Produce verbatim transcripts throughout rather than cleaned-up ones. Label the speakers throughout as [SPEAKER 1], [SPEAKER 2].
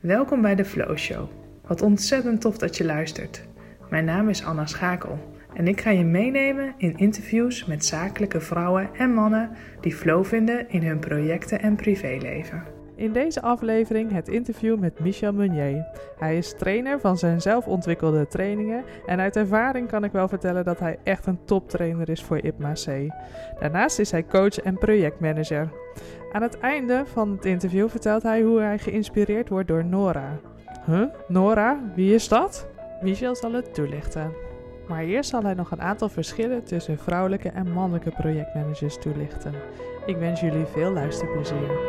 [SPEAKER 1] Welkom bij de Flow Show. Wat ontzettend tof dat je luistert. Mijn naam is Anna Schakel en ik ga je meenemen in interviews met zakelijke vrouwen en mannen die flow vinden in hun projecten en privéleven. In deze aflevering het interview met Michel Meunier. Hij is trainer van zijn zelfontwikkelde trainingen en uit ervaring kan ik wel vertellen dat hij echt een toptrainer is voor I P M A C. Daarnaast is hij coach en projectmanager. Aan het einde van het interview vertelt hij hoe hij geïnspireerd wordt door Nora. Huh? Nora? Wie is dat? Michel zal het toelichten. Maar eerst zal hij nog een aantal verschillen tussen vrouwelijke en mannelijke projectmanagers toelichten. Ik wens jullie veel luisterplezier.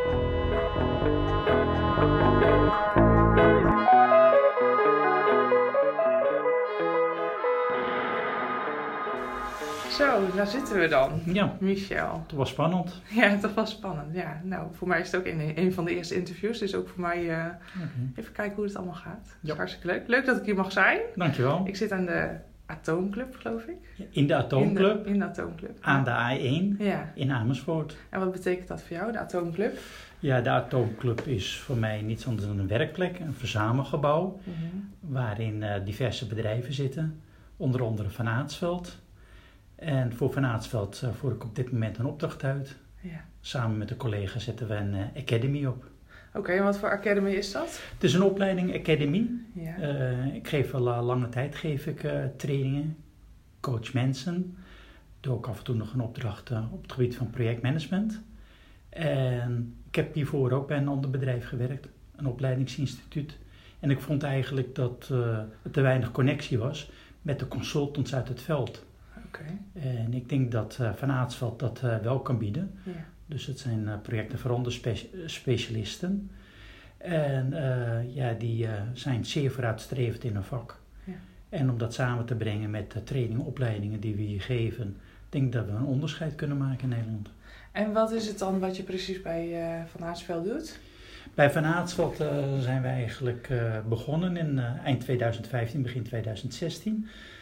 [SPEAKER 1] Zo, daar zitten we dan.
[SPEAKER 2] Ja,
[SPEAKER 1] Michel.
[SPEAKER 2] het was spannend.
[SPEAKER 1] Ja, dat was spannend. Ja, nou, voor mij is het ook een, een van de eerste interviews. Dus ook voor mij uh,
[SPEAKER 2] Okay.
[SPEAKER 1] even kijken hoe het allemaal gaat. Dat is
[SPEAKER 2] Ja.
[SPEAKER 1] hartstikke leuk. Leuk dat ik hier mag zijn.
[SPEAKER 2] Dankjewel.
[SPEAKER 1] Ik zit aan de Atoomclub, geloof ik.
[SPEAKER 2] In de Atoomclub,
[SPEAKER 1] In de, in de Atoomclub.
[SPEAKER 2] aan de A één
[SPEAKER 1] Ja.
[SPEAKER 2] in Amersfoort.
[SPEAKER 1] En wat betekent dat voor jou, de Atoomclub?
[SPEAKER 2] Ja, de Atoomclub is voor mij niets anders dan een werkplek, een verzamelgebouw,
[SPEAKER 1] Mm-hmm.
[SPEAKER 2] waarin uh, diverse bedrijven zitten, onder andere Van Aatsveld. En voor Van Aatsveld uh, voer ik op dit moment een opdracht uit.
[SPEAKER 1] Ja.
[SPEAKER 2] Samen met een collega zetten we een uh, academy op.
[SPEAKER 1] Oké, okay, en wat voor academy is dat?
[SPEAKER 2] Het is een opleiding academy.
[SPEAKER 1] Ja.
[SPEAKER 2] Uh, ik geef al uh, lange tijd geef ik, uh, trainingen, coach mensen. Doe ook af en toe nog een opdracht uh, op het gebied van projectmanagement. En ik heb hiervoor ook bij een ander bedrijf gewerkt, een opleidingsinstituut. En ik vond eigenlijk dat uh, er te weinig connectie was met de consultants uit het veld.
[SPEAKER 1] Okay.
[SPEAKER 2] En ik denk dat uh, Van Aatsveld dat uh, wel kan bieden.
[SPEAKER 1] Ja.
[SPEAKER 2] Dus het zijn uh, projecten veranderspecialisten. En uh, ja, die uh, zijn zeer vooruitstrevend in hun vak.
[SPEAKER 1] Ja.
[SPEAKER 2] En om dat samen te brengen met de trainingen, opleidingen die we hier geven, denk ik dat we een onderscheid kunnen maken in Nederland.
[SPEAKER 1] En wat is het dan wat je precies bij uh, Van Aatsveld doet?
[SPEAKER 2] Bij Van Aatsveld uh, zijn we eigenlijk uh, begonnen in uh, eind tweeduizend vijftien, begin tweeduizend zestien.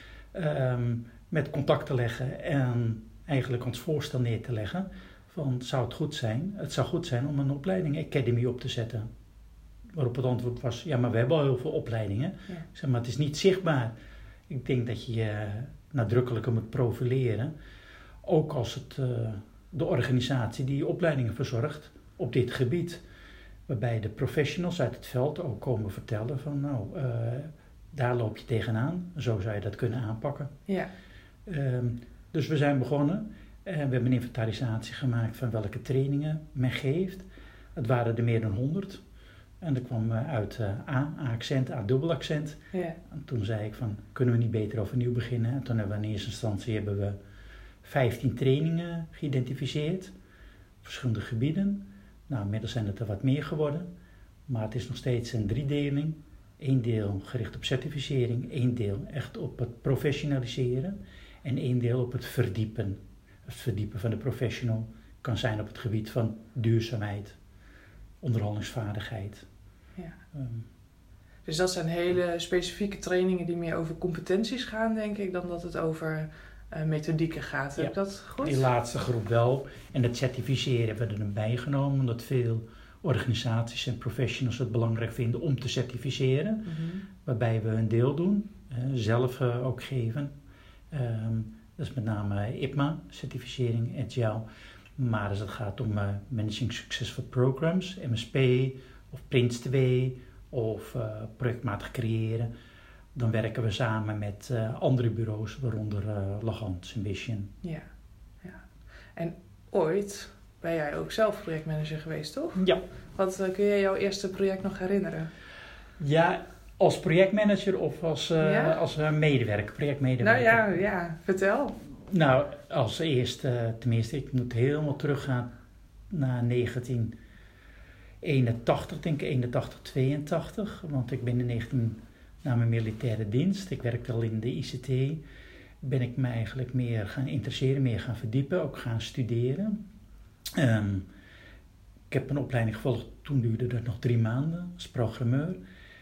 [SPEAKER 2] Um, met contact te leggen en eigenlijk ons voorstel neer te leggen van zou het goed zijn, het zou goed zijn om een opleiding academy op te zetten. Waarop het antwoord was, ja maar we hebben al heel veel opleidingen, ja. Zeg maar het is niet zichtbaar. Ik denk dat je je nadrukkelijker moet profileren, ook als het uh, de organisatie die opleidingen verzorgt op dit gebied. Waarbij de professionals uit het veld ook komen vertellen van nou, uh, daar loop je tegenaan, zo zou je dat kunnen aanpakken.
[SPEAKER 1] Ja.
[SPEAKER 2] Um, dus we zijn begonnen en we hebben een inventarisatie gemaakt van welke trainingen men geeft. Het waren er meer dan honderd. En er kwam uit uh, A, A-accent, A-dubbelaccent.
[SPEAKER 1] Ja.
[SPEAKER 2] En toen zei ik van, kunnen we niet beter overnieuw beginnen? En toen hebben we in eerste instantie hebben we vijftien trainingen geïdentificeerd. Verschillende gebieden. Nou, inmiddels zijn het er wat meer geworden. Maar het is nog steeds een driedeling. Eén deel gericht op certificering, één deel echt op het professionaliseren en één deel op het verdiepen. Het verdiepen van de professional kan zijn op het gebied van duurzaamheid, onderhandelingsvaardigheid.
[SPEAKER 1] Ja.
[SPEAKER 2] Um,
[SPEAKER 1] dus dat zijn hele specifieke trainingen die meer over competenties gaan, denk ik, dan dat het over uh, methodieken gaat. Heb
[SPEAKER 2] ja,
[SPEAKER 1] ik dat goed?
[SPEAKER 2] Die laatste groep wel. En het certificeren hebben we er bij genomen, omdat veel organisaties en professionals het belangrijk vinden om te certificeren. Mm-hmm. Waarbij we een deel doen, uh, zelf uh, ook geven. Um, dat is met name I P M A, certificering, Agile. Maar als het gaat om uh, Managing Successful Programs, M S P of Prince twee of uh, projectmatig creëren, dan werken we samen met uh, andere bureaus, waaronder uh, Lagant, Ambition.
[SPEAKER 1] Ja, ja. En ooit ben jij ook zelf projectmanager geweest, toch?
[SPEAKER 2] Ja.
[SPEAKER 1] Wat uh, kun je jouw eerste project nog herinneren?
[SPEAKER 2] Ja, als projectmanager of als, uh, ja? als uh, medewerker, projectmedewerker?
[SPEAKER 1] Nou ja, ja, vertel.
[SPEAKER 2] Nou, als eerste, uh, tenminste, ik moet helemaal teruggaan naar negentien eenentachtig, denk ik, eenentachtig, tweeëntachtig. Want ik ben in negentien na mijn militaire dienst, ik werkte al in de I C T, ben ik me eigenlijk meer gaan interesseren, meer gaan verdiepen, ook gaan studeren. Um, ik heb een opleiding gevolgd, toen duurde dat nog drie maanden als programmeur.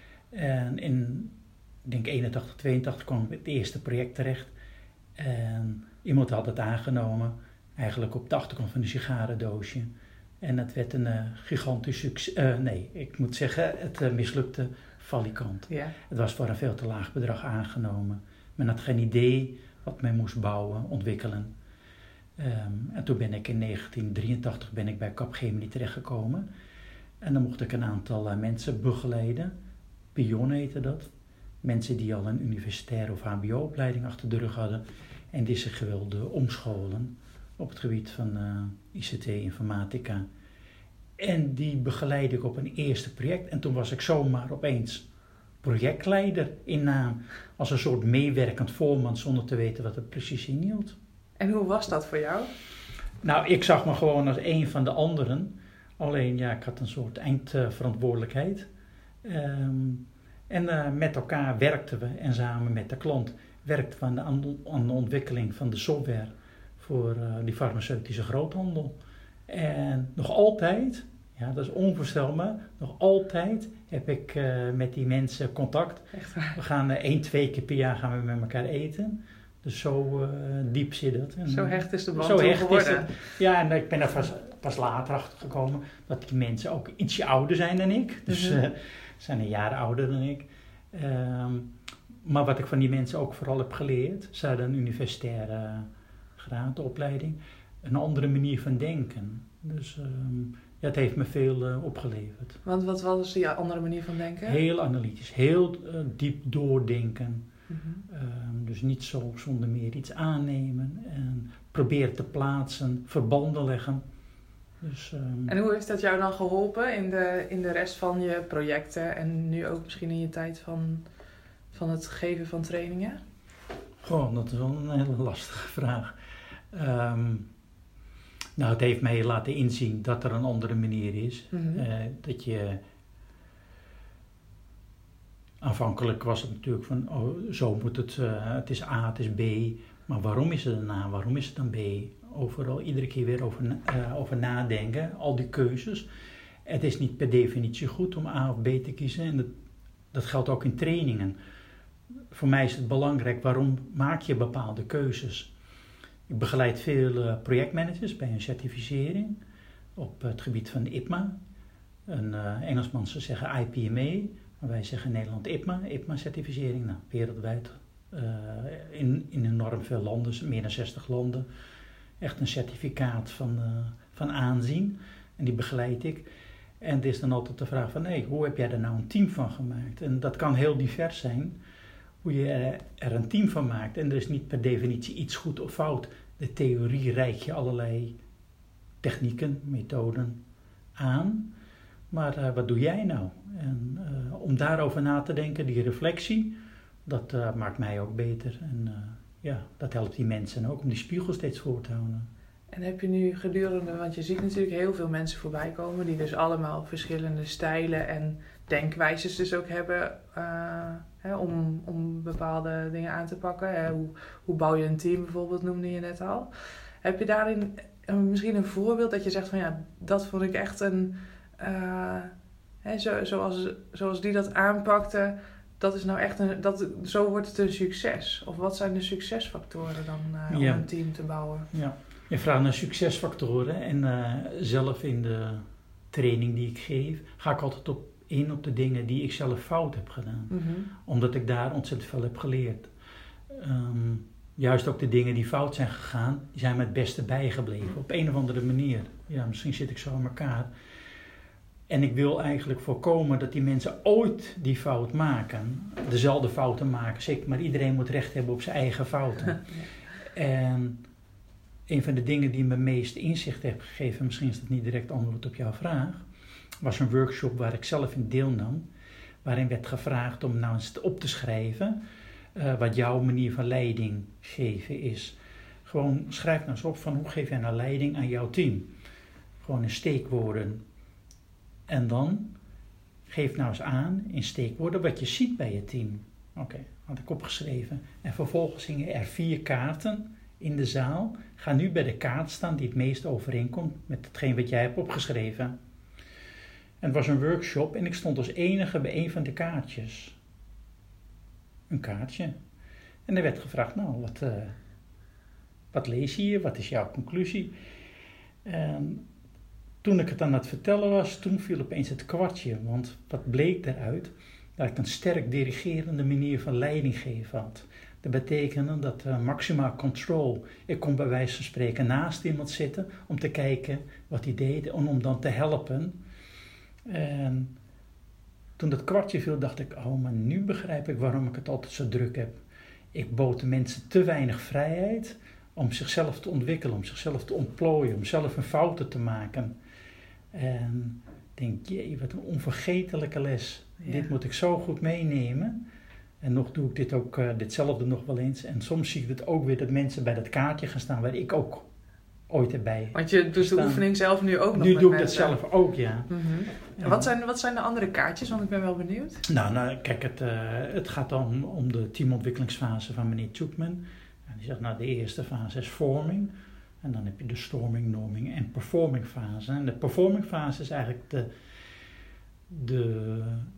[SPEAKER 2] En in, ik denk eenentachtig, tweeëntachtig kwam ik het eerste project terecht. En iemand had het aangenomen, eigenlijk op de achterkant van een sigarendoosje. En het werd een uh, gigantisch succes. Uh, nee, ik moet zeggen, het uh, mislukte valikant.
[SPEAKER 1] Ja.
[SPEAKER 2] Het was voor een veel te laag bedrag aangenomen. Men had geen idee wat men moest bouwen, ontwikkelen. Um, en toen ben ik in negentien drieëntachtig ben ik bij Capgemini terechtgekomen. En dan mocht ik een aantal uh, mensen begeleiden. Pion heette dat. Mensen die al een universitaire of H B O-opleiding achter de rug hadden. En die zich wilden omscholen op het gebied van uh, I C T, informatica. En die begeleidde ik op een eerste project. En toen was ik zomaar opeens projectleider in naam. Als een soort meewerkend voorman zonder te weten wat het precies inhield.
[SPEAKER 1] En hoe was dat voor jou?
[SPEAKER 2] Nou, ik zag me gewoon als een van de anderen. Alleen, ja, ik had een soort eindverantwoordelijkheid. Um, en uh, met elkaar werkten we en samen met de klant werkten we aan de, aan de ontwikkeling van de software voor uh, die farmaceutische groothandel. En nog altijd, ja, dat is onvoorstelbaar, nog altijd heb ik uh, met die mensen contact.
[SPEAKER 1] Echt waar?
[SPEAKER 2] We gaan uh, één, twee keer per jaar gaan we met elkaar eten. Dus zo uh, diep zit het. En,
[SPEAKER 1] zo hecht is de band
[SPEAKER 2] zo hecht
[SPEAKER 1] geworden.
[SPEAKER 2] Is het. Ja, en ik ben er pas, pas later achter gekomen dat die mensen ook ietsje ouder zijn dan ik. Dus uh, zijn een jaar ouder dan ik. Um, maar wat ik van die mensen ook vooral heb geleerd, ze hadden een universitaire graadopleiding, een andere manier van denken. Dus um, ja, het heeft me veel uh, opgeleverd.
[SPEAKER 1] Want wat was die andere manier van denken?
[SPEAKER 2] Heel analytisch, heel uh, diep doordenken.
[SPEAKER 1] Mm-hmm.
[SPEAKER 2] Um, dus niet zo zonder meer iets aannemen en proberen te plaatsen, verbanden leggen. Dus, um,
[SPEAKER 1] en hoe heeft dat jou dan geholpen in de, in de rest van je projecten en nu ook misschien in je tijd van, van het geven van trainingen?
[SPEAKER 2] Gewoon, dat is wel een hele lastige vraag. Um, nou, het heeft mij laten inzien dat er een andere manier is.
[SPEAKER 1] Mm-hmm.
[SPEAKER 2] Uh, dat je... Aanvankelijk was het natuurlijk van, oh, zo moet het, uh, het is A, het is B. Maar waarom is het een A, waarom is het een B? Overal, iedere keer weer over, uh, over nadenken, al die keuzes. Het is niet per definitie goed om A of B te kiezen. En dat, dat geldt ook in trainingen. Voor mij is het belangrijk, waarom maak je bepaalde keuzes? Ik begeleid veel uh, projectmanagers bij een certificering op het gebied van I P M A. Een uh, Engelsman zou zeggen I P M A, maar wij zeggen in Nederland I P M A, I P M A-certificering. Nou, wereldwijd uh, in, in enorm veel landen, meer dan zestig landen. Echt een certificaat van, uh, van aanzien en die begeleid ik. En het is dan altijd de vraag van, hey, hoe heb jij er nou een team van gemaakt? En dat kan heel divers zijn, hoe je er, er een team van maakt. En er is niet per definitie iets goed of fout. De theorie reikt je allerlei technieken, methoden aan. Maar uh, wat doe jij nou? En uh, om daarover na te denken, die reflectie, dat uh, maakt mij ook beter. En uh, ja, dat helpt die mensen ook om die spiegel steeds voor te houden.
[SPEAKER 1] En heb je nu gedurende, want je ziet natuurlijk heel veel mensen voorbij komen die dus allemaal verschillende stijlen en denkwijzes dus ook hebben uh, hè, om, om bepaalde dingen aan te pakken. Hè. Hoe, hoe bouw je een team bijvoorbeeld, noemde je net al. Heb je daarin uh, misschien een voorbeeld dat je zegt van ja, dat vond ik echt een, uh, hè, zo, zoals, zoals die dat aanpakte, dat is nou echt een, dat, zo wordt het een succes. Of wat zijn de succesfactoren dan uh, om
[SPEAKER 2] ja.
[SPEAKER 1] een team te bouwen?
[SPEAKER 2] Ja. Je vraagt naar succesfactoren en uh, zelf in de training die ik geef, ga ik altijd op in op de dingen die ik zelf fout heb gedaan.
[SPEAKER 1] Mm-hmm.
[SPEAKER 2] Omdat ik daar ontzettend veel heb geleerd. Um, juist ook de dingen die fout zijn gegaan, die zijn me het beste bijgebleven. Op een of andere manier. Ja, misschien zit ik zo in elkaar. En ik wil eigenlijk voorkomen dat die mensen ooit die fout maken. Dezelfde fouten maken. Zeker, maar iedereen moet recht hebben op zijn eigen fouten. En een van de dingen die me meest inzicht heeft gegeven, misschien is dat niet direct antwoord op jouw vraag, was een workshop waar ik zelf in deelnam, waarin werd gevraagd om nou eens op te schrijven uh, wat jouw manier van leiding geven is. Gewoon schrijf nou eens op van hoe geef jij nou leiding aan jouw team. Gewoon in steekwoorden. En dan geef nou eens aan in steekwoorden wat je ziet bij je team. Oké, okay, had ik opgeschreven. En vervolgens hingen er vier kaarten in de zaal. Ga nu bij de kaart staan die het meest overeenkomt met hetgeen wat jij hebt opgeschreven. En het was een workshop en ik stond als enige bij een van de kaartjes. Een kaartje. En er werd gevraagd, nou, wat, uh, wat lees je hier? Wat is jouw conclusie? En toen ik het aan het vertellen was, toen viel opeens het kwartje. Want wat bleek daaruit? Dat ik een sterk dirigerende manier van leiding geven had. Dat betekende dat uh, maximaal control. Ik kon bij wijze van spreken naast iemand zitten om te kijken wat hij deed en om dan te helpen. En toen dat kwartje viel, dacht ik, oh, maar nu begrijp ik waarom ik het altijd zo druk heb. Ik bood de mensen te weinig vrijheid om zichzelf te ontwikkelen, om zichzelf te ontplooien, om zelf hun fouten te maken. En ik denk, jee, wat een onvergetelijke les. Ja. Dit moet ik zo goed meenemen. En nog doe ik dit ook, uh, ditzelfde nog wel eens. En soms zie ik het ook weer dat mensen bij dat kaartje gaan staan waar ik ook ooit erbij.
[SPEAKER 1] Want je doet de oefening zelf nu ook nog
[SPEAKER 2] Nu
[SPEAKER 1] met
[SPEAKER 2] doe ik
[SPEAKER 1] mensen.
[SPEAKER 2] dat zelf ook, ja.
[SPEAKER 1] Mm-hmm. En wat zijn, wat zijn de andere kaartjes? Want ik ben wel benieuwd.
[SPEAKER 2] Nou, nou kijk, het, uh, het gaat dan om de teamontwikkelingsfase van meneer Tjoekman. En die zegt, nou, de eerste fase is forming. En dan heb je de storming, norming en performing fase. En de performing fase is eigenlijk de, de,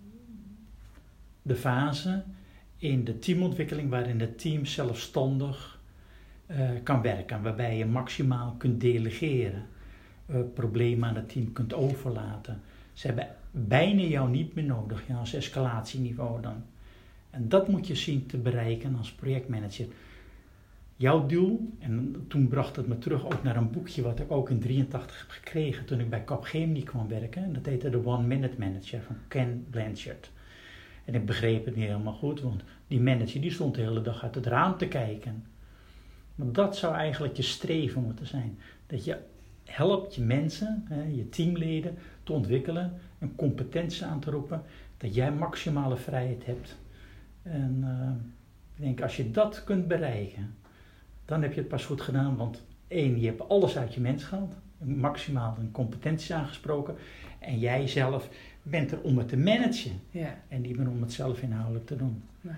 [SPEAKER 2] de fase in de teamontwikkeling waarin het team zelfstandig uh, kan werken. Waarbij je maximaal kunt delegeren. Uh, problemen aan het team kunt overlaten. Ze hebben bijna jou niet meer nodig, ja, als escalatieniveau dan. En dat moet je zien te bereiken als projectmanager. Jouw doel, en toen bracht het me terug ook naar een boekje wat ik ook in drieëntachtig heb gekregen toen ik bij Capgemini kwam werken. En dat heette de One Minute Manager van Ken Blanchard. En ik begreep het niet helemaal goed, want die manager die stond de hele dag uit het raam te kijken. Maar dat zou eigenlijk je streven moeten zijn. Dat je helpt je mensen, hè, je teamleden te ontwikkelen, een competentie aan te roepen, dat jij maximale vrijheid hebt. En uh, ik denk, als je dat kunt bereiken, dan heb je het pas goed gedaan, want één, je hebt alles uit je mens gehaald, maximaal een competentie aangesproken, en jij zelf bent er om het te managen, ja. En niet meer om het zelf inhoudelijk te doen.
[SPEAKER 1] Nee.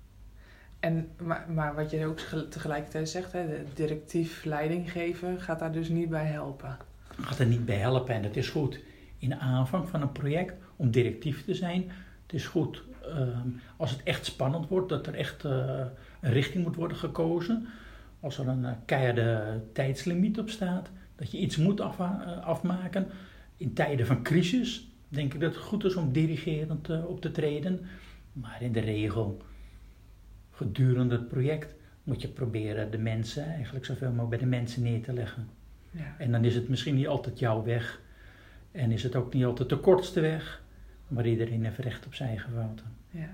[SPEAKER 1] En, maar, maar wat je ook tegelijkertijd zegt, hè, de directief leiding geven gaat daar dus niet bij helpen.
[SPEAKER 2] Gaat er niet bij helpen en dat is goed in de aanvang van een project om directief te zijn. Het is goed um, als het echt spannend wordt, dat er echt uh, een richting moet worden gekozen. Als er een uh, keiharde tijdslimiet op staat, dat je iets moet af, uh, afmaken. In tijden van crisis denk ik dat het goed is om dirigerend uh, op te treden. Maar in de regel, gedurende het project, moet je proberen de mensen eigenlijk zoveel mogelijk bij de mensen neer te leggen. Ja. En dan is het misschien niet altijd jouw weg. En is het ook niet altijd de kortste weg. Maar iedereen heeft recht op zijn eigen fouten.
[SPEAKER 1] Ja,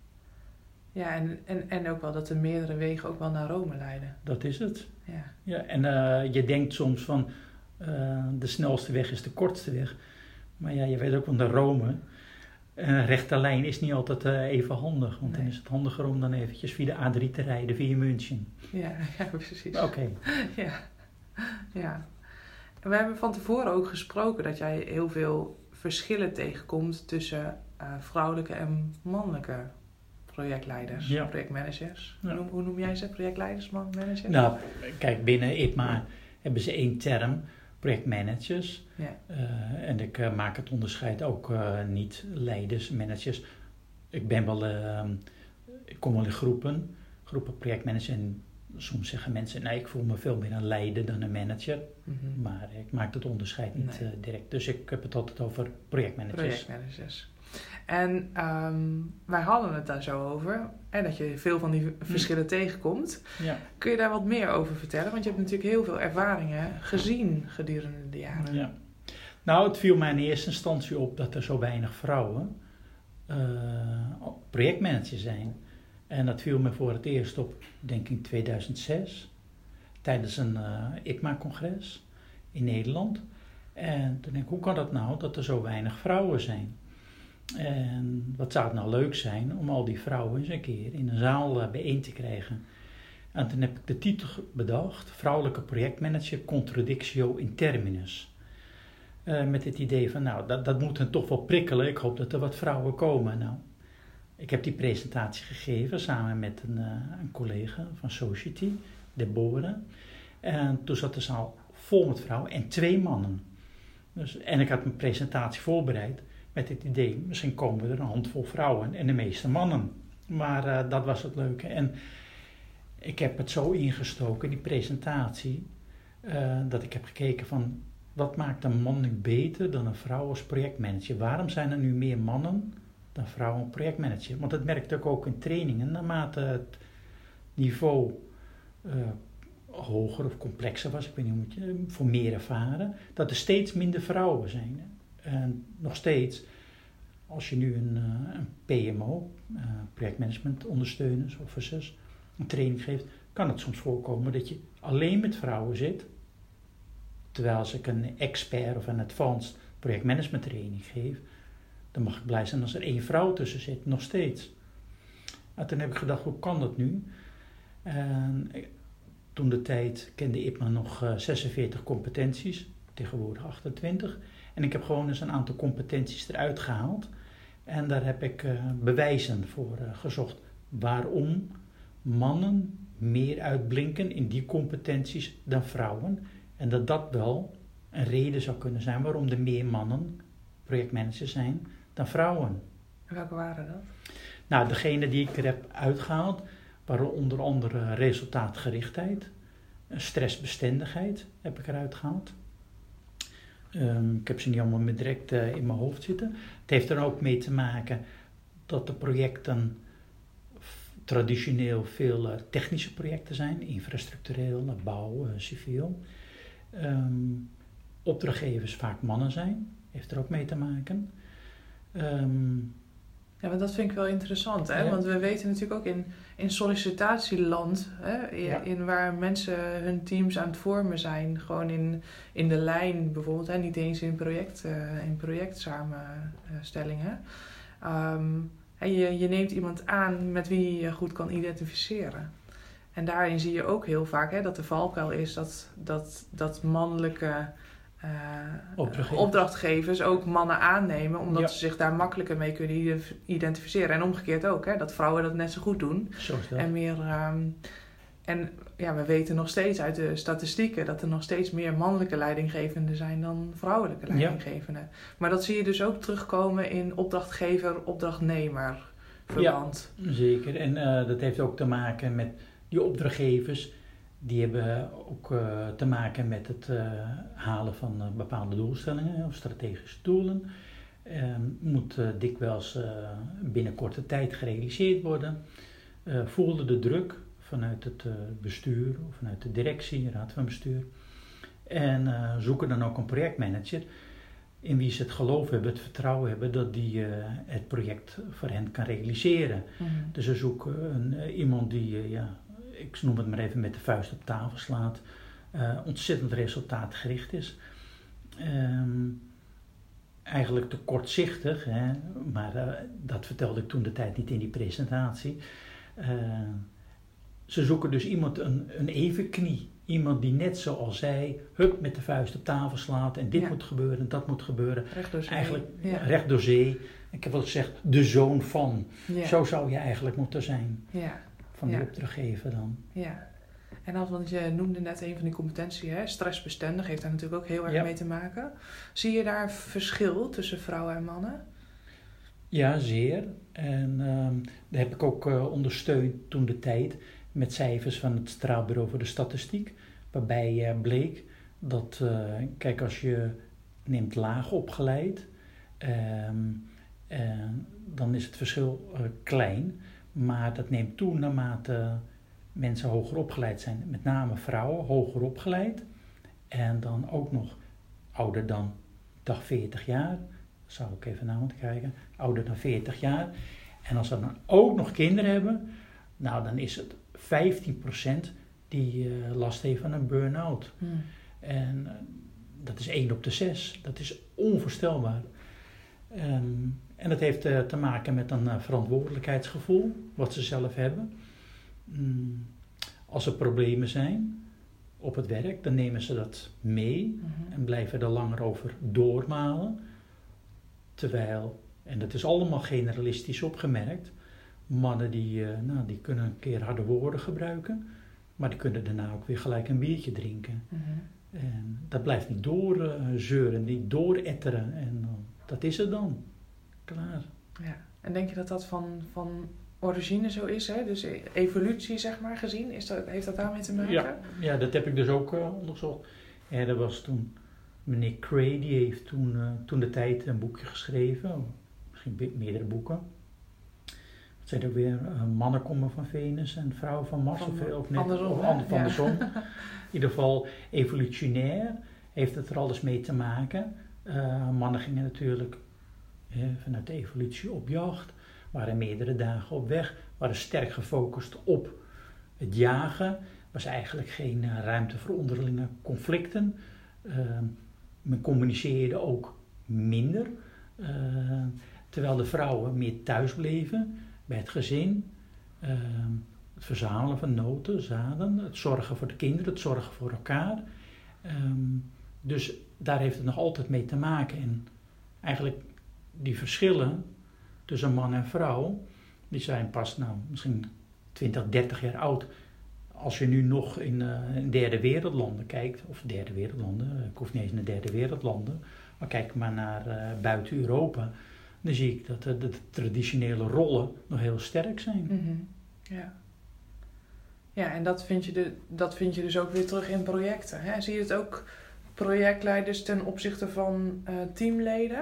[SPEAKER 1] ja en, en, en ook wel dat de meerdere wegen ook wel naar Rome leiden.
[SPEAKER 2] Dat is het.
[SPEAKER 1] Ja.
[SPEAKER 2] Ja, en uh, je denkt soms van uh, de snelste weg is de kortste weg. Maar ja, je weet ook van de Rome. Een rechte lijn is niet altijd uh, even handig. Want nee. Dan is het handiger om dan eventjes via de A drie te rijden via München.
[SPEAKER 1] Ja, ja precies.
[SPEAKER 2] Oké. Okay.
[SPEAKER 1] Ja. Ja. En we hebben van tevoren ook gesproken dat jij heel veel verschillen tegenkomt tussen uh, vrouwelijke en mannelijke projectleiders, ja. projectmanagers. Ja. Hoe, noem, hoe noem jij ze? Projectleiders, managers?
[SPEAKER 2] Nou, kijk, binnen I P M A ja. hebben ze één term, projectmanagers. Ja. Uh, en ik uh, maak het onderscheid ook uh, niet leiders, managers. Ik ben wel, uh, ik kom wel in groepen, groepen projectmanagers en soms zeggen mensen, nee, ik voel me veel meer een leider dan een manager. Mm-hmm. Maar ik maak het onderscheid niet nee. uh, direct. Dus ik heb het altijd over projectmanagers.
[SPEAKER 1] Projectmanagers. En um, wij hadden het daar zo over. En dat je veel van die v- verschillen hm. tegenkomt. Ja. Kun je daar wat meer over vertellen? Want je hebt natuurlijk heel veel ervaringen gezien gedurende de jaren. Ja.
[SPEAKER 2] Nou, het viel mij in eerste instantie op dat er zo weinig vrouwen uh, projectmanagers zijn. En dat viel me voor het eerst op, denk ik in tweeduizend zes, tijdens een uh, I P M A-congres in Nederland. En toen denk ik, hoe kan dat nou dat er zo weinig vrouwen zijn? En wat zou het nou leuk zijn om al die vrouwen eens een keer in een zaal uh, bijeen te krijgen. En toen heb ik de titel bedacht, Vrouwelijke projectmanager Contradictio in Terminus. Uh, met het idee van, nou, dat, dat moet hen toch wel prikkelen. Ik hoop dat er wat vrouwen komen. Nou, ik heb die presentatie gegeven samen met een, uh, een collega van Society, Deborah. En toen zat de zaal vol met vrouwen en twee mannen. Dus, en ik had mijn presentatie voorbereid met het idee, misschien komen er een handvol vrouwen en de meeste mannen. Maar uh, dat was het leuke. En ik heb het zo ingestoken, die presentatie, uh, dat ik heb gekeken van wat maakt een man nu beter dan een vrouw als projectmanager? Waarom zijn er nu meer mannen dan vrouwen projectmanager? Want dat merkte ik ook in trainingen. Naarmate het niveau uh, hoger of complexer was, ik weet niet hoe moet je, voor meer ervaren, dat er steeds minder vrouwen zijn. En nog steeds, als je nu een, uh, een P M O, uh, projectmanagement ondersteuners, officers, een training geeft, kan het soms voorkomen dat je alleen met vrouwen zit, terwijl als ik een expert of een advanced projectmanagement training geef, dan mag ik blij zijn als er één vrouw tussen zit, nog steeds. En toen heb ik gedacht, hoe kan dat nu? En toen de tijd kende ik maar nog uh, zesenveertig competenties, tegenwoordig achtentwintig. En ik heb gewoon eens een aantal competenties eruit gehaald. En daar heb ik uh, bewijzen voor uh, gezocht waarom mannen meer uitblinken in die competenties dan vrouwen. En dat dat wel een reden zou kunnen zijn waarom er meer mannen projectmanagers zijn dan vrouwen.
[SPEAKER 1] En welke waren dat?
[SPEAKER 2] Nou, degene die ik er heb uitgehaald waren onder andere resultaatgerichtheid, stressbestendigheid heb ik eruit gehaald. Um, ik heb ze niet allemaal meer direct uh, in mijn hoofd zitten. Het heeft er ook mee te maken dat de projecten f- traditioneel veel uh, technische projecten zijn, infrastructureel, uh, bouw, uh, civiel. Um, opdrachtgevers vaak mannen zijn, heeft er ook mee te maken. Um,
[SPEAKER 1] Ja, maar dat vind ik wel interessant, hè?
[SPEAKER 2] Ja.
[SPEAKER 1] Want we weten natuurlijk ook in, in sollicitatieland, hè? In,
[SPEAKER 2] Ja.
[SPEAKER 1] in waar mensen hun teams aan het vormen zijn, gewoon in, in de lijn bijvoorbeeld, hè? Niet eens in, project, uh, in projectsamenstellingen. Um, en je, je neemt iemand aan met wie je goed kan identificeren. En daarin zie je ook heel vaak hè, dat de valkuil is dat, dat, dat mannelijke uh,
[SPEAKER 2] Opdrachtgevers.
[SPEAKER 1] opdrachtgevers ook mannen aannemen, omdat
[SPEAKER 2] Ja.
[SPEAKER 1] ze zich daar makkelijker mee kunnen identificeren. En omgekeerd ook, hè, dat vrouwen dat net zo goed doen.
[SPEAKER 2] Zo is dat.
[SPEAKER 1] En meer. Um, en ja, we weten nog steeds uit de statistieken dat er nog steeds meer mannelijke leidinggevenden zijn dan vrouwelijke leidinggevenden. Ja. Maar dat zie je dus ook terugkomen in opdrachtgever-opdrachtnemer verband.
[SPEAKER 2] Ja, zeker. En uh, dat heeft ook te maken met die opdrachtgevers. Die hebben ook uh, te maken met het uh, halen van uh, bepaalde doelstellingen of strategische doelen. Uh, moet uh, dikwijls uh, binnen korte tijd gerealiseerd worden. Uh, voelde de druk vanuit het uh, bestuur of vanuit de directie, raad van bestuur. En uh, zoeken dan ook een projectmanager in wie ze het geloof hebben, het vertrouwen hebben dat die uh, het project voor hen kan realiseren.
[SPEAKER 1] Mm-hmm.
[SPEAKER 2] Dus ze zoeken een, uh, iemand die, uh, ja, ik noem het maar even met de vuist op tafel slaat, uh, ontzettend resultaatgericht is. Um, eigenlijk te kortzichtig, hè, maar uh, dat vertelde ik toen de tijd niet in die presentatie. Uh, ze zoeken dus iemand, een, een evenknie. Iemand die net zoals zij, hup, met de vuist op tafel slaat en dit
[SPEAKER 1] ja.
[SPEAKER 2] moet gebeuren en dat moet gebeuren.
[SPEAKER 1] Recht door zee.
[SPEAKER 2] Eigenlijk
[SPEAKER 1] ja.
[SPEAKER 2] recht door zee. Ik heb wel gezegd, de zoon van.
[SPEAKER 1] Ja.
[SPEAKER 2] Zo zou je eigenlijk moeten zijn.
[SPEAKER 1] Ja.
[SPEAKER 2] Van
[SPEAKER 1] ja.
[SPEAKER 2] die opdrachtgever dan.
[SPEAKER 1] Ja. En als, want je noemde net een van die competenties, hè? Stressbestendig heeft daar natuurlijk ook heel erg
[SPEAKER 2] ja.
[SPEAKER 1] mee te maken. Zie je daar verschil tussen vrouwen en mannen?
[SPEAKER 2] Ja, zeer. En um, daar heb ik ook uh, ondersteund toen de tijd met cijfers van het Straalbureau voor de Statistiek. Waarbij uh, bleek dat, uh, kijk, als je neemt laag opgeleid, um, uh, dan is het verschil uh, klein. Maar dat neemt toe naarmate mensen hoger opgeleid zijn. Met name vrouwen, hoger opgeleid. En dan ook nog ouder dan, dag veertig jaar. Zou ik even naar moeten kijken. Ouder dan veertig jaar. En als ze dan ook nog kinderen hebben, nou dan is het vijftien procent die uh, last heeft van een burn-out.
[SPEAKER 1] Hmm.
[SPEAKER 2] En uh, dat is één op de zes. Dat is onvoorstelbaar. Um, en dat heeft uh, te maken met een uh, verantwoordelijkheidsgevoel, wat ze zelf hebben. Um, als er problemen zijn op het werk, dan nemen ze dat mee
[SPEAKER 1] Mm-hmm.
[SPEAKER 2] en blijven er langer over doormalen. Terwijl, en dat is allemaal generalistisch opgemerkt, mannen die, uh, nou, die kunnen een keer harde woorden gebruiken, maar die kunnen daarna ook weer gelijk een biertje drinken.
[SPEAKER 1] Mm-hmm.
[SPEAKER 2] En dat blijft niet doorzeuren, niet dooretteren en uh, dat is het dan. Klaar.
[SPEAKER 1] Ja. En denk je dat dat van, van origine zo is, hè? Dus evolutie zeg maar gezien, is dat, heeft dat daarmee te maken?
[SPEAKER 2] Ja, ja, dat heb ik dus ook uh, onderzocht. Ja, er was toen Meneer Cray die heeft toen, uh, toen de tijd een boekje geschreven, misschien meerdere boeken. Wat zijn er weer? Uh, mannen komen van Venus en vrouwen van Mars,
[SPEAKER 1] van,
[SPEAKER 2] of, of net
[SPEAKER 1] andersom,
[SPEAKER 2] of ander, van
[SPEAKER 1] ja.
[SPEAKER 2] de zon. In ieder geval evolutionair heeft het er alles mee te maken. Uh, mannen gingen natuurlijk uh, vanuit de evolutie op jacht, waren meerdere dagen op weg, waren sterk gefocust op het jagen. Was eigenlijk geen uh, ruimte voor onderlinge conflicten. Uh, men communiceerde ook minder, uh, terwijl de vrouwen meer thuis bleven bij het gezin. Uh, het verzamelen van noten, zaden, het zorgen voor de kinderen, het zorgen voor elkaar. Um, dus daar heeft het nog altijd mee te maken. En eigenlijk die verschillen tussen man en vrouw, die zijn pas nou misschien twintig, dertig jaar oud. Als je nu nog in, uh, in derde wereldlanden kijkt, of derde wereldlanden, ik hoef niet eens naar derde wereldlanden, maar kijk maar naar uh, buiten Europa, dan zie ik dat de, de traditionele rollen nog heel sterk zijn.
[SPEAKER 1] Mm-hmm. Ja. Ja, en dat vind, je de, dat vind je dus ook weer terug in projecten. Hè? Zie je het ook projectleiders ten opzichte van uh, teamleden?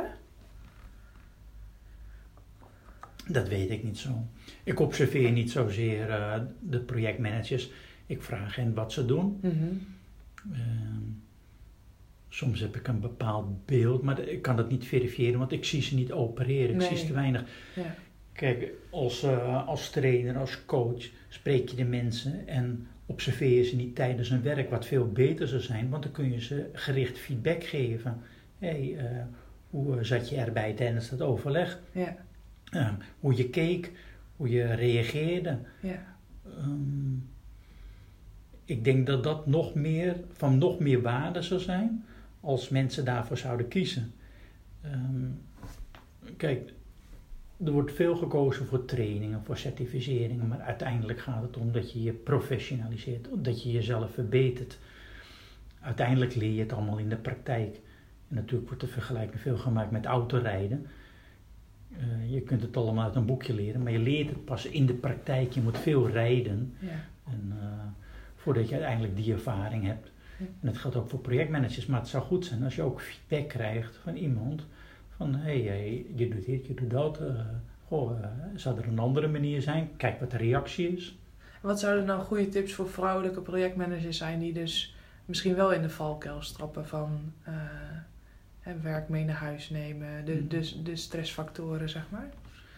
[SPEAKER 2] Dat weet ik niet zo. Ik observeer niet zozeer uh, de projectmanagers. Ik vraag hen wat ze doen.
[SPEAKER 1] Mm-hmm.
[SPEAKER 2] Uh, soms heb ik een bepaald beeld, maar ik kan dat niet verifiëren, want ik zie ze niet opereren. Ik
[SPEAKER 1] Nee.
[SPEAKER 2] zie ze te weinig.
[SPEAKER 1] Ja.
[SPEAKER 2] Kijk, als, uh, als trainer, als coach, spreek je de mensen en observeer je ze niet tijdens hun werk, wat veel beter zou zijn, want dan kun je ze gericht feedback geven. Hé, hey, uh, hoe zat je erbij tijdens het overleg?
[SPEAKER 1] Ja.
[SPEAKER 2] Uh, hoe je keek, hoe je reageerde.
[SPEAKER 1] Ja.
[SPEAKER 2] Um, ik denk dat dat nog meer, van nog meer waarde zou zijn als mensen daarvoor zouden kiezen. Um, kijk, er wordt veel gekozen voor trainingen, voor certificeringen, maar uiteindelijk gaat het om dat je je professionaliseert, dat je jezelf verbetert. Uiteindelijk leer je het allemaal in de praktijk. En natuurlijk wordt de vergelijking veel gemaakt met autorijden. Uh, je kunt het allemaal uit een boekje leren, maar je leert het pas in de praktijk. Je moet veel rijden
[SPEAKER 1] Ja.
[SPEAKER 2] en, uh, voordat je uiteindelijk die ervaring hebt.
[SPEAKER 1] Ja.
[SPEAKER 2] En dat geldt ook voor projectmanagers, maar het zou goed zijn als je ook feedback krijgt van iemand. Van, hé, hey, hey, je doet dit, je doet dat. Uh, goh, uh, zou er een andere manier zijn? Kijk wat de reactie is.
[SPEAKER 1] Wat zouden nou goede tips voor vrouwelijke projectmanagers zijn die dus misschien wel in de valkuil strappen van uh, hè, werk mee naar huis nemen, de,
[SPEAKER 2] Hmm.
[SPEAKER 1] de, de stressfactoren, zeg maar?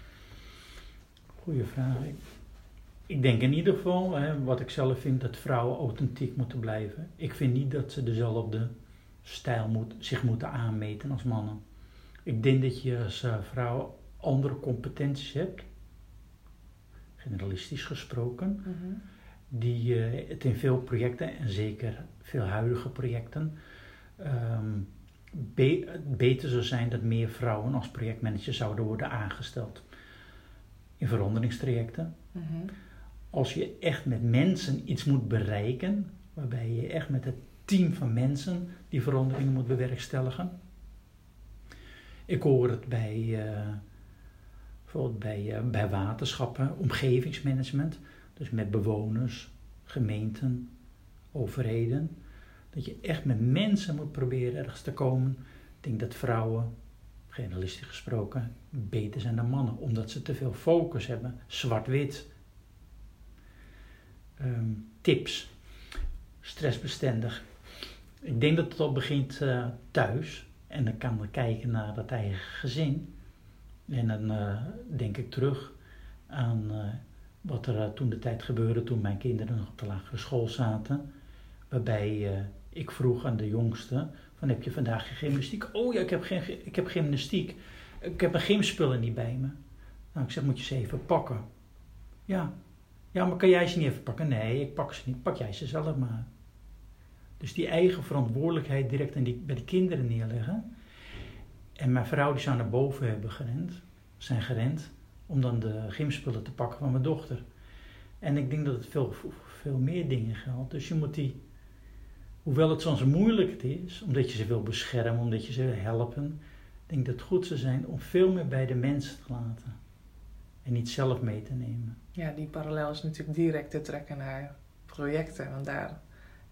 [SPEAKER 2] Goeie vraag. Ik, ik denk in ieder geval, hè, wat ik zelf vind, dat vrouwen authentiek moeten blijven. Ik vind niet dat ze dezelfde stijl moet, zich moeten aanmeten als mannen. Ik denk dat je als uh, vrouw andere competenties hebt, generalistisch gesproken,
[SPEAKER 1] Mm-hmm.
[SPEAKER 2] die uh, het in veel projecten, en zeker veel huidige projecten, um, be- beter zou zijn dat meer vrouwen als projectmanager zouden worden aangesteld. In veranderingstrajecten.
[SPEAKER 1] Mm-hmm.
[SPEAKER 2] Als je echt met mensen iets moet bereiken, waarbij je echt met het team van mensen die veranderingen moet bewerkstelligen. Ik hoor het bij, uh, bijvoorbeeld bij, uh, bij waterschappen, omgevingsmanagement, dus met bewoners, gemeenten, overheden, dat je echt met mensen moet proberen ergens te komen. Ik denk dat vrouwen, generalistisch gesproken, beter zijn dan mannen, omdat ze te veel focus hebben, zwart-wit. Um, tips, stressbestendig. Ik denk dat het al begint uh, thuis. En dan kan we kijken naar dat eigen gezin. En dan uh, denk ik terug aan uh, wat er uh, toen de tijd gebeurde toen mijn kinderen nog op de lagere school zaten. Waarbij uh, ik vroeg aan de jongste, van heb je vandaag geen gymnastiek? Oh ja, ik heb, geen, ik heb gymnastiek. Ik heb mijn gymspullen niet bij me. Nou, ik zeg, moet je ze even pakken? Ja. Ja, maar kan jij ze niet even pakken? Nee, ik pak ze niet. Pak jij ze zelf maar. Dus die eigen verantwoordelijkheid direct aan die, bij de kinderen neerleggen. En mijn vrouw die zou naar boven hebben gerend, zijn gerend, om dan de gymspullen te pakken van mijn dochter. En ik denk dat het veel, veel meer dingen geldt. Dus je moet die, hoewel het soms moeilijk is, omdat je ze wil beschermen, omdat je ze wil helpen, ik denk dat het goed zou zijn om veel meer bij de mensen te laten. En niet zelf mee te nemen.
[SPEAKER 1] Ja, die parallel is natuurlijk direct te trekken naar projecten, want daar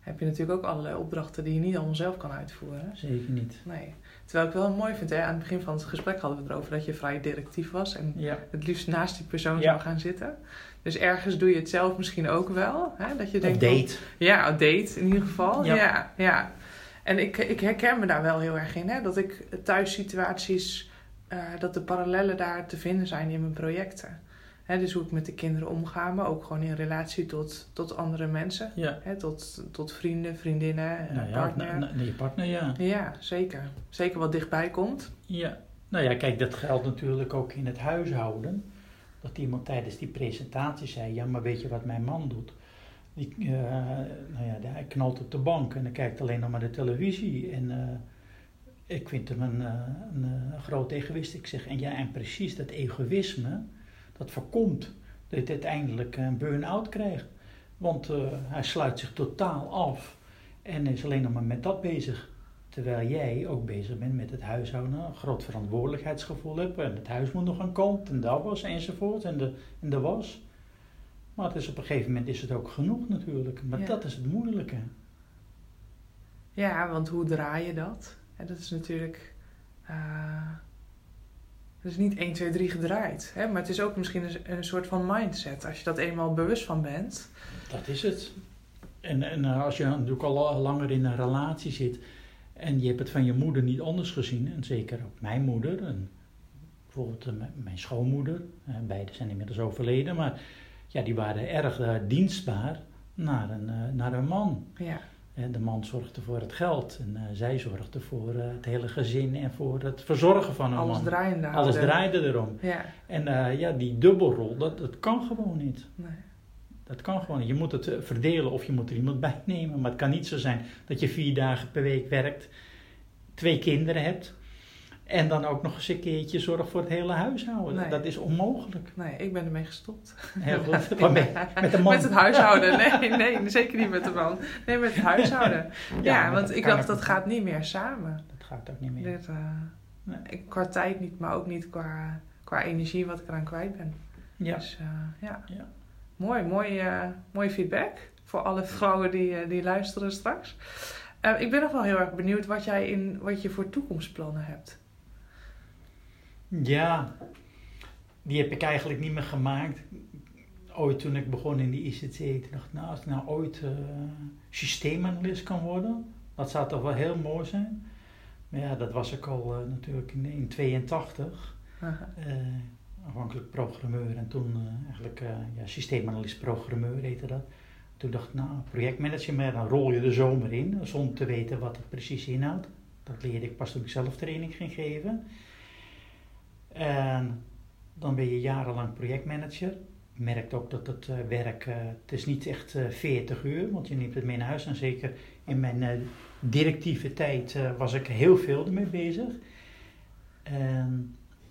[SPEAKER 1] heb je natuurlijk ook allerlei opdrachten die je niet allemaal zelf kan uitvoeren.
[SPEAKER 2] Zeker niet.
[SPEAKER 1] Nee. Terwijl ik wel mooi vind, hè, aan het begin van het gesprek hadden we het erover dat je vrij directief was en
[SPEAKER 2] Ja.
[SPEAKER 1] het liefst naast die persoon
[SPEAKER 2] Ja.
[SPEAKER 1] zou gaan zitten. Dus ergens doe je het zelf misschien ook wel. Hè, dat je
[SPEAKER 2] Of
[SPEAKER 1] denkt,
[SPEAKER 2] date.
[SPEAKER 1] van- ja, een date in ieder geval. Ja,
[SPEAKER 2] Ja.
[SPEAKER 1] ja. ja. En ik, ik herken me daar wel heel erg in. Hè, dat ik thuissituaties, uh, dat de parallellen daar te vinden zijn in mijn projecten. Hè, dus hoe ik met de kinderen omga, maar ook gewoon in relatie tot, tot andere mensen.
[SPEAKER 2] Ja.
[SPEAKER 1] Hè, tot, tot vrienden, vriendinnen,
[SPEAKER 2] Nou ja,
[SPEAKER 1] partner.
[SPEAKER 2] na- na- je partner, ja.
[SPEAKER 1] Ja, zeker. Zeker wat dichtbij komt.
[SPEAKER 2] Ja. Nou ja, kijk, dat geldt natuurlijk ook in het huishouden. Dat iemand tijdens die presentatie zei, ja, maar weet je wat mijn man doet? Die, uh, nou ja, hij knalt op de bank en hij kijkt alleen nog maar de televisie. En uh, ik vind hem een, uh, een, een groot egoïst. Ik zeg, en ja, en precies dat egoïsme, dat voorkomt dat hij uiteindelijk een burn-out krijgt. Want uh, hij sluit zich totaal af en is alleen nog maar met dat bezig. Terwijl jij ook bezig bent met het huishouden, een groot verantwoordelijkheidsgevoel hebt. En het huis moet nog gaan komen, en dat was enzovoort, en de, en de was. Maar het is op een gegeven moment is het ook genoeg natuurlijk. Maar
[SPEAKER 1] Ja.
[SPEAKER 2] dat is het moeilijke.
[SPEAKER 1] Ja, want hoe draai je dat? En dat is natuurlijk... Uh, dat is niet één, twee, drie gedraaid. Hè? Maar het is ook misschien een, een soort van mindset. Als je dat eenmaal bewust van bent.
[SPEAKER 2] Dat is het. En, en als je natuurlijk al langer in een relatie zit... en je hebt het van je moeder niet anders gezien... en zeker ook mijn moeder... en bijvoorbeeld mijn schoonmoeder... beide zijn inmiddels overleden... maar ja, die waren erg uh, dienstbaar naar een, uh, naar een man.
[SPEAKER 1] Ja.
[SPEAKER 2] De man zorgde voor het geld en uh, zij zorgde voor uh, het hele gezin en voor het verzorgen van een
[SPEAKER 1] Alles
[SPEAKER 2] man.
[SPEAKER 1] Draaiende
[SPEAKER 2] Alles draaide erom.
[SPEAKER 1] Ja.
[SPEAKER 2] En uh, ja, die dubbelrol, dat, dat kan gewoon niet.
[SPEAKER 1] Nee.
[SPEAKER 2] Dat kan gewoon niet. Je moet het uh, verdelen of je moet er iemand bij nemen. Maar het kan niet zo zijn dat je vier dagen per week werkt, twee kinderen hebt... en dan ook nog eens een keertje zorgt voor het hele huishouden.
[SPEAKER 1] Nee.
[SPEAKER 2] Dat is onmogelijk.
[SPEAKER 1] Nee, ik ben ermee gestopt.
[SPEAKER 2] Heel goed. Waarmee? Met de man?
[SPEAKER 1] Met het huishouden. Nee, nee, zeker niet met de man. Nee, met het huishouden. Ja, ja want ik dacht, dat gaat niet meer samen.
[SPEAKER 2] Dat gaat ook niet meer.
[SPEAKER 1] Dit, uh,
[SPEAKER 2] nee.
[SPEAKER 1] Qua tijd niet, maar ook niet qua, qua energie wat ik eraan kwijt ben.
[SPEAKER 2] Ja.
[SPEAKER 1] Dus uh, ja.
[SPEAKER 2] ja.
[SPEAKER 1] Mooi, mooi, uh, mooi feedback voor alle vrouwen die, uh, die luisteren straks. Uh, ik ben nog wel heel erg benieuwd wat jij in, wat je voor toekomstplannen hebt.
[SPEAKER 2] Ja, die heb ik eigenlijk niet meer gemaakt. Ooit toen ik begon in de I C T, toen dacht ik, nou, als ik nou ooit uh, systeemanalist kan worden, dat zou toch wel heel mooi zijn. Maar ja, dat was ik al uh, natuurlijk in negentien tweeëntachtig. Uh, afhankelijk programmeur en toen uh, eigenlijk uh, ja, systeemanalist programmeur heette dat. Toen dacht ik, nou, projectmanager, maar dan rol je de zomer in, zonder te weten wat het precies inhoudt. Dat leerde ik pas toen ik zelf training ging geven. En dan ben je jarenlang projectmanager. Je merkt ook dat het uh, werk, uh, het is niet echt uh, veertig uur, want je neemt het mee naar huis. En zeker in mijn uh, directieve tijd uh, was ik heel veel ermee bezig. En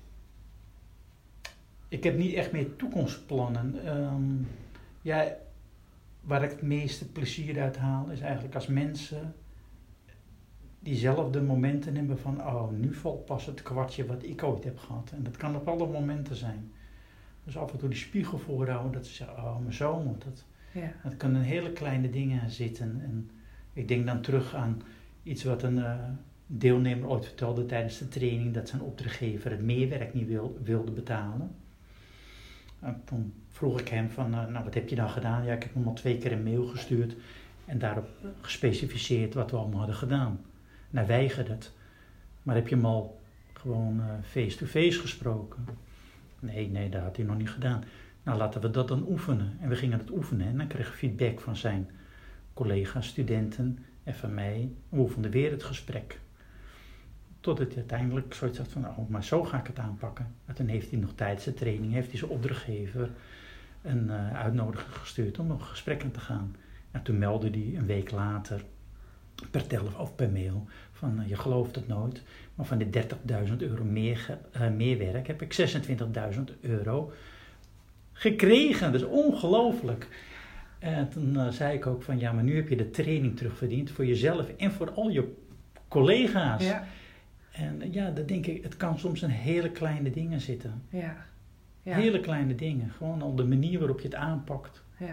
[SPEAKER 2] ik heb niet echt meer toekomstplannen. Um, ja, waar ik het meeste plezier uit haal is eigenlijk als mensen diezelfde momenten hebben van, oh, nu valt pas het kwartje wat ik ooit heb gehad. En dat kan op alle momenten zijn. Dus af en toe die spiegel voorhouden, dat ze zeggen, oh, maar zo moet het.
[SPEAKER 1] Ja.
[SPEAKER 2] Dat kan in hele kleine dingen zitten. En ik denk dan terug aan iets wat een uh, deelnemer ooit vertelde tijdens de training, dat zijn opdrachtgever het meerwerk niet wil, wilde betalen. En toen vroeg ik hem van, uh, nou, wat heb je dan gedaan? Ja, ik heb hem al twee keer een mail gestuurd en daarop gespecificeerd wat we allemaal hadden gedaan. En hij weigerde het. Maar heb je hem al gewoon uh, face-to-face gesproken? Nee, nee, dat had hij nog niet gedaan. Nou, laten we dat dan oefenen. En we gingen het oefenen en dan kreeg ik feedback van zijn collega's, studenten en van mij. We oefenden weer het gesprek. Totdat hij uiteindelijk zoiets had van, oh, maar zo ga ik het aanpakken. En toen heeft hij nog tijdens de training, heeft hij zijn opdrachtgever een uh, uitnodiging gestuurd om nog een gesprek aan te gaan. En toen meldde hij een week later per telefoon of per mail van, uh, je gelooft het nooit, maar van de dertigduizend euro meer, uh, meerwerk heb ik zesentwintigduizend euro gekregen. Dat is ongelooflijk. En toen uh, zei ik ook van, ja, maar nu heb je de training terugverdiend voor jezelf en voor al je collega's.
[SPEAKER 1] Ja.
[SPEAKER 2] En uh, ja, dan denk ik, het kan soms in hele kleine dingen zitten.
[SPEAKER 1] Ja. Ja.
[SPEAKER 2] Hele kleine dingen. Gewoon al de manier waarop je het aanpakt.
[SPEAKER 1] Ja.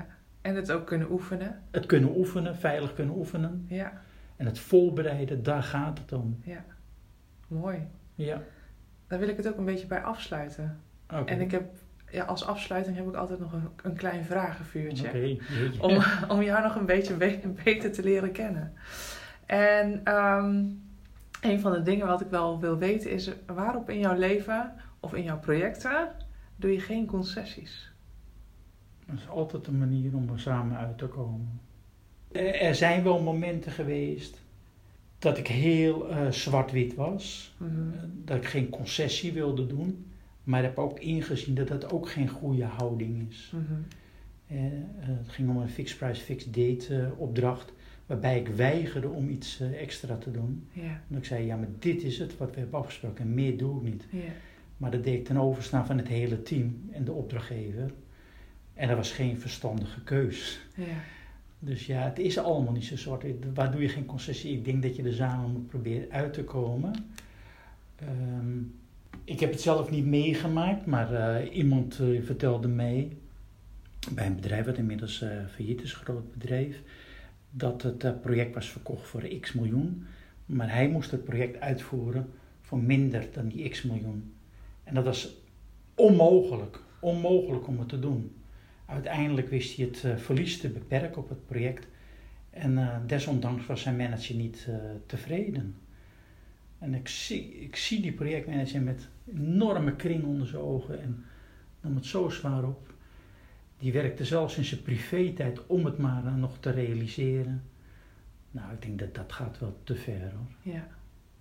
[SPEAKER 1] En het ook kunnen oefenen.
[SPEAKER 2] Het kunnen oefenen, veilig kunnen oefenen.
[SPEAKER 1] Ja.
[SPEAKER 2] En het voorbereiden, daar gaat het om.
[SPEAKER 1] Ja, mooi.
[SPEAKER 2] Ja.
[SPEAKER 1] Daar wil ik het ook een beetje bij afsluiten.
[SPEAKER 2] Okay.
[SPEAKER 1] En ik heb, ja, als afsluiting heb ik altijd nog een, een klein vragenvuurtje.
[SPEAKER 2] Okay.
[SPEAKER 1] om, om jou nog een beetje be- beter te leren kennen. En um, een van de dingen wat ik wel wil weten is, waarop in jouw leven of in jouw projecten doe je geen concessies?
[SPEAKER 2] Dat is altijd een manier om er samen uit te komen. Er zijn wel momenten geweest dat ik heel uh, zwart-wit was.
[SPEAKER 1] Mm-hmm.
[SPEAKER 2] Uh, dat ik geen concessie wilde doen. Maar ik heb ook ingezien dat dat ook geen goede houding is.
[SPEAKER 1] Mm-hmm.
[SPEAKER 2] Uh, uh, het ging om een fixed price, fixed date uh, opdracht. Waarbij ik weigerde om iets uh, extra te doen.
[SPEAKER 1] Yeah.
[SPEAKER 2] En ik zei, ja, maar dit is het wat we hebben afgesproken. En meer doe ik niet.
[SPEAKER 1] Yeah.
[SPEAKER 2] Maar dat deed ik ten overstaan van het hele team en de opdrachtgever. En dat was geen verstandige keus.
[SPEAKER 1] Yeah.
[SPEAKER 2] Dus ja, het is allemaal niet zo zwart. Waar doe je geen concessie? Ik denk dat je er samen moet proberen uit te komen. Um, ik heb het zelf niet meegemaakt, maar uh, iemand uh, vertelde mij, bij een bedrijf wat inmiddels uh, failliet is, een groot bedrijf, dat het uh, project was verkocht voor x miljoen. Maar hij moest het project uitvoeren voor minder dan die x miljoen. En dat was onmogelijk, onmogelijk om het te doen. Uiteindelijk wist hij het uh, verlies te beperken op het project. En uh, desondanks was zijn manager niet uh, tevreden. En ik zie, ik zie die projectmanager met enorme kring onder zijn ogen en nam het zo zwaar op. Die werkte zelfs in zijn privé-tijd om het maar uh, nog te realiseren. Nou, ik denk dat dat gaat wel te ver, hoor.
[SPEAKER 1] Ja.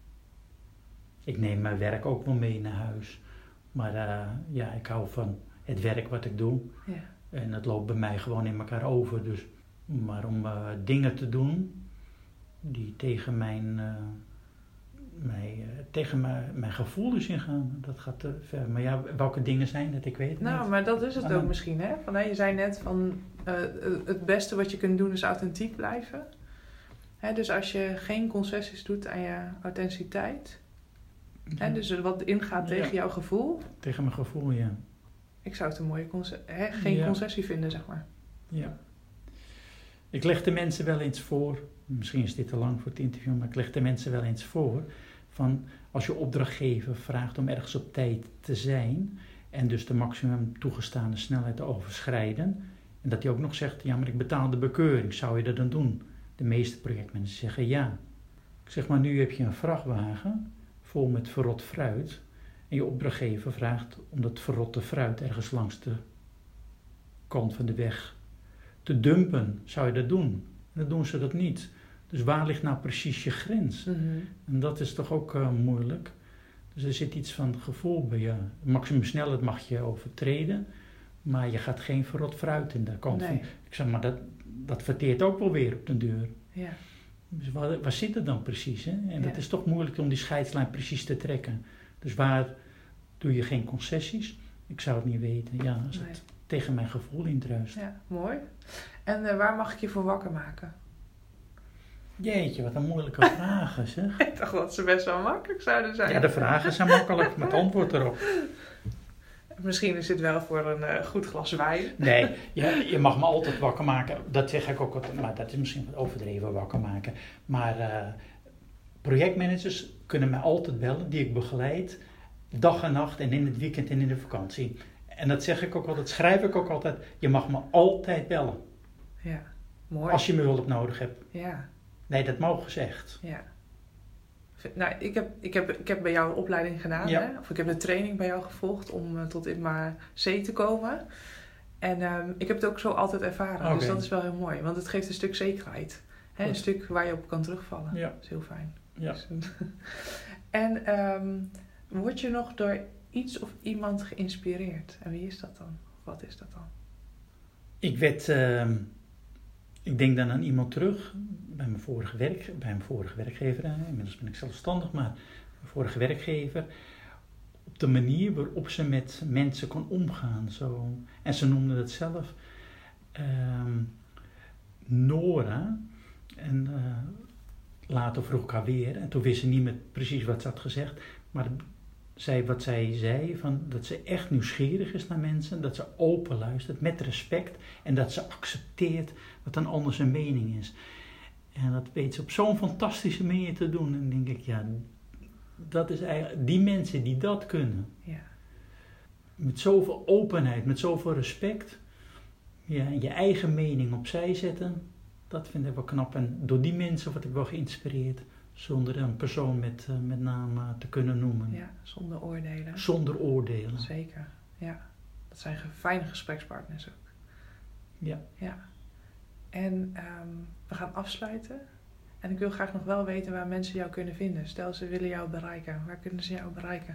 [SPEAKER 2] Ik neem mijn werk ook wel mee naar huis. Maar uh, ja, ik hou van het werk wat ik doe.
[SPEAKER 1] Ja.
[SPEAKER 2] En het loopt bij mij gewoon in elkaar over. Dus, maar om uh, dingen te doen die tegen mijn, uh, mijn, uh, tegen mijn, mijn gevoelens ingaan, dat gaat te ver. Maar ja, welke dingen zijn het? Ik weet het
[SPEAKER 1] nou,
[SPEAKER 2] niet.
[SPEAKER 1] Nou, maar dat is het
[SPEAKER 2] ah,
[SPEAKER 1] ook
[SPEAKER 2] dan...
[SPEAKER 1] misschien, hè? Van, hè? Je zei net van, uh, het beste wat je kunt doen is authentiek blijven. Hè, dus als je geen concessies doet aan je authenticiteit, ja. Hè, dus wat ingaat tegen ja. jouw gevoel.
[SPEAKER 2] Tegen mijn gevoel, ja.
[SPEAKER 1] Ik zou het een mooie conce- hè, geen ja. concessie vinden, zeg maar.
[SPEAKER 2] Ja. Ik leg de mensen wel eens voor, misschien is dit te lang voor het interview, maar ik leg de mensen wel eens voor, van als je opdrachtgever vraagt om ergens op tijd te zijn en dus de maximum toegestane snelheid te overschrijden, en dat hij ook nog zegt, ja, maar ik betaal de bekeuring, zou je dat dan doen? De meeste projectmensen zeggen ja. Ik zeg, maar nu heb je een vrachtwagen vol met verrot fruit. En je opdrachtgever vraagt om dat verrotte fruit ergens langs de kant van de weg te dumpen. Zou je dat doen? En dan doen ze dat niet. Dus waar ligt nou precies je grens?
[SPEAKER 1] Mm-hmm.
[SPEAKER 2] En dat is toch ook uh, moeilijk. Dus er zit iets van gevoel bij je. Maximum snelheid mag je overtreden. Maar je gaat geen verrot fruit in de kant
[SPEAKER 1] nee.
[SPEAKER 2] van. Ik zeg, maar dat, dat verteert ook wel weer op de deur.
[SPEAKER 1] Ja.
[SPEAKER 2] Dus waar, waar zit het dan precies? Hè? En
[SPEAKER 1] ja.
[SPEAKER 2] dat is toch moeilijk om die scheidslijn precies te trekken. Dus waar doe je geen concessies? Ik zou het niet weten. Ja, als nee. het tegen mijn gevoel indruist.
[SPEAKER 1] Ja, mooi. En uh, waar mag ik je voor wakker maken?
[SPEAKER 2] Jeetje, wat een moeilijke vragen, zeg.
[SPEAKER 1] Ik dacht dat ze best wel makkelijk zouden zijn.
[SPEAKER 2] Ja, de vragen zijn makkelijk, maar het antwoord erop.
[SPEAKER 1] Misschien is dit wel voor een uh, goed glas wijn.
[SPEAKER 2] Nee, je, je mag me altijd wakker maken. Dat zeg ik ook altijd, maar dat is misschien wat overdreven wakker maken. Maar uh, projectmanagers kunnen mij altijd bellen, die ik begeleid, dag en nacht en in het weekend en in de vakantie. En dat zeg ik ook altijd, schrijf ik ook altijd, je mag me altijd bellen.
[SPEAKER 1] Ja, mooi.
[SPEAKER 2] Als je me hulp nodig hebt.
[SPEAKER 1] Ja.
[SPEAKER 2] Nee, dat mogen ze echt.
[SPEAKER 1] Ja. Nou, ik heb, ik, heb, ik heb bij jou een opleiding gedaan, ja. hè? Of ik heb de training bij jou gevolgd om uh, tot ITMA C te komen. En um, ik heb het ook zo altijd ervaren, okay. Dus dat is wel heel mooi. Want het geeft een stuk zekerheid. Hè? Een stuk waar je op kan terugvallen.
[SPEAKER 2] Ja.
[SPEAKER 1] Dat is heel fijn.
[SPEAKER 2] Ja.
[SPEAKER 1] Dus, en um, word je nog door iets of iemand geïnspireerd? En wie is dat dan? Of wat is dat dan?
[SPEAKER 2] Ik werd... Uh, ik denk dan aan iemand terug... Bij mijn vorige, werk, bij mijn vorige werkgever, inmiddels ben ik zelfstandig, maar mijn vorige werkgever, op de manier waarop ze met mensen kon omgaan. Zo. En ze noemde het zelf um, Nora. En uh, later vroeg ik haar weer, en toen wist ze niet meer precies wat ze had gezegd, maar zij, wat zij zei, van, dat ze echt nieuwsgierig is naar mensen, dat ze open luistert, met respect, en dat ze accepteert wat een ander zijn mening is. En dat weet ze op zo'n fantastische manier te doen. En dan denk ik, ja, dat is eigenlijk, die mensen die dat kunnen,
[SPEAKER 1] Ja.
[SPEAKER 2] met zoveel openheid, met zoveel respect, ja, je eigen mening opzij zetten, dat vind ik wel knap. En door die mensen word ik wel geïnspireerd, zonder een persoon met, uh, met naam uh, te kunnen noemen.
[SPEAKER 1] Ja, zonder oordelen.
[SPEAKER 2] Zonder oordelen.
[SPEAKER 1] Zeker, ja. Dat zijn ge- fijne gesprekspartners ook.
[SPEAKER 2] Ja.
[SPEAKER 1] Ja. En um, we gaan afsluiten. En ik wil graag nog wel weten waar mensen jou kunnen vinden. Stel, ze willen jou bereiken. Waar kunnen ze jou bereiken?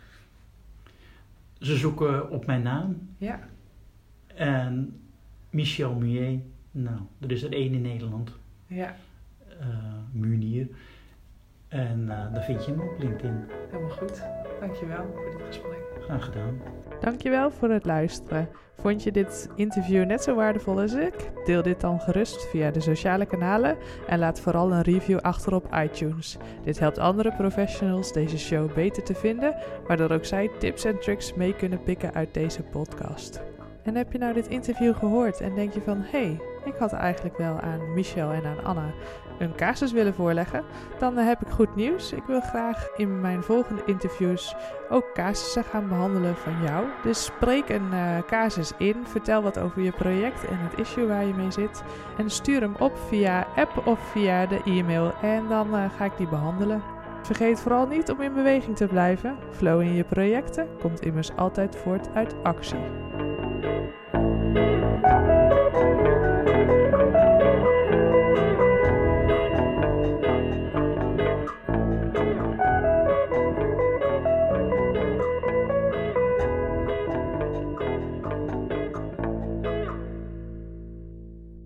[SPEAKER 2] Ze zoeken op mijn naam.
[SPEAKER 1] Ja.
[SPEAKER 2] En Michel Munier. Nou, er is er één in Nederland.
[SPEAKER 1] Ja.
[SPEAKER 2] Uh, Munier. En uh, daar vind je hem op LinkedIn.
[SPEAKER 1] Helemaal goed. Dankjewel voor dit gesprek.
[SPEAKER 2] Graag gedaan.
[SPEAKER 1] Dankjewel voor het luisteren. Vond je dit interview net zo waardevol als ik? Deel dit dan gerust via de sociale kanalen en laat vooral een review achter op iTunes. Dit helpt andere professionals deze show beter te vinden, waardoor ook zij tips en tricks mee kunnen pikken uit deze podcast. En heb je nou dit interview gehoord en denk je van, hé, hey, ik had eigenlijk wel aan Michel en aan Anna een casus willen voorleggen, dan heb ik goed nieuws. Ik wil graag in mijn volgende interviews ook casussen gaan behandelen van jou. Dus spreek een uh, casus in, vertel wat over je project en het issue waar je mee zit. En stuur hem op via app of via de e-mail en dan uh, ga ik die behandelen. Vergeet vooral niet om in beweging te blijven. Flow in je projecten komt immers altijd voort uit actie.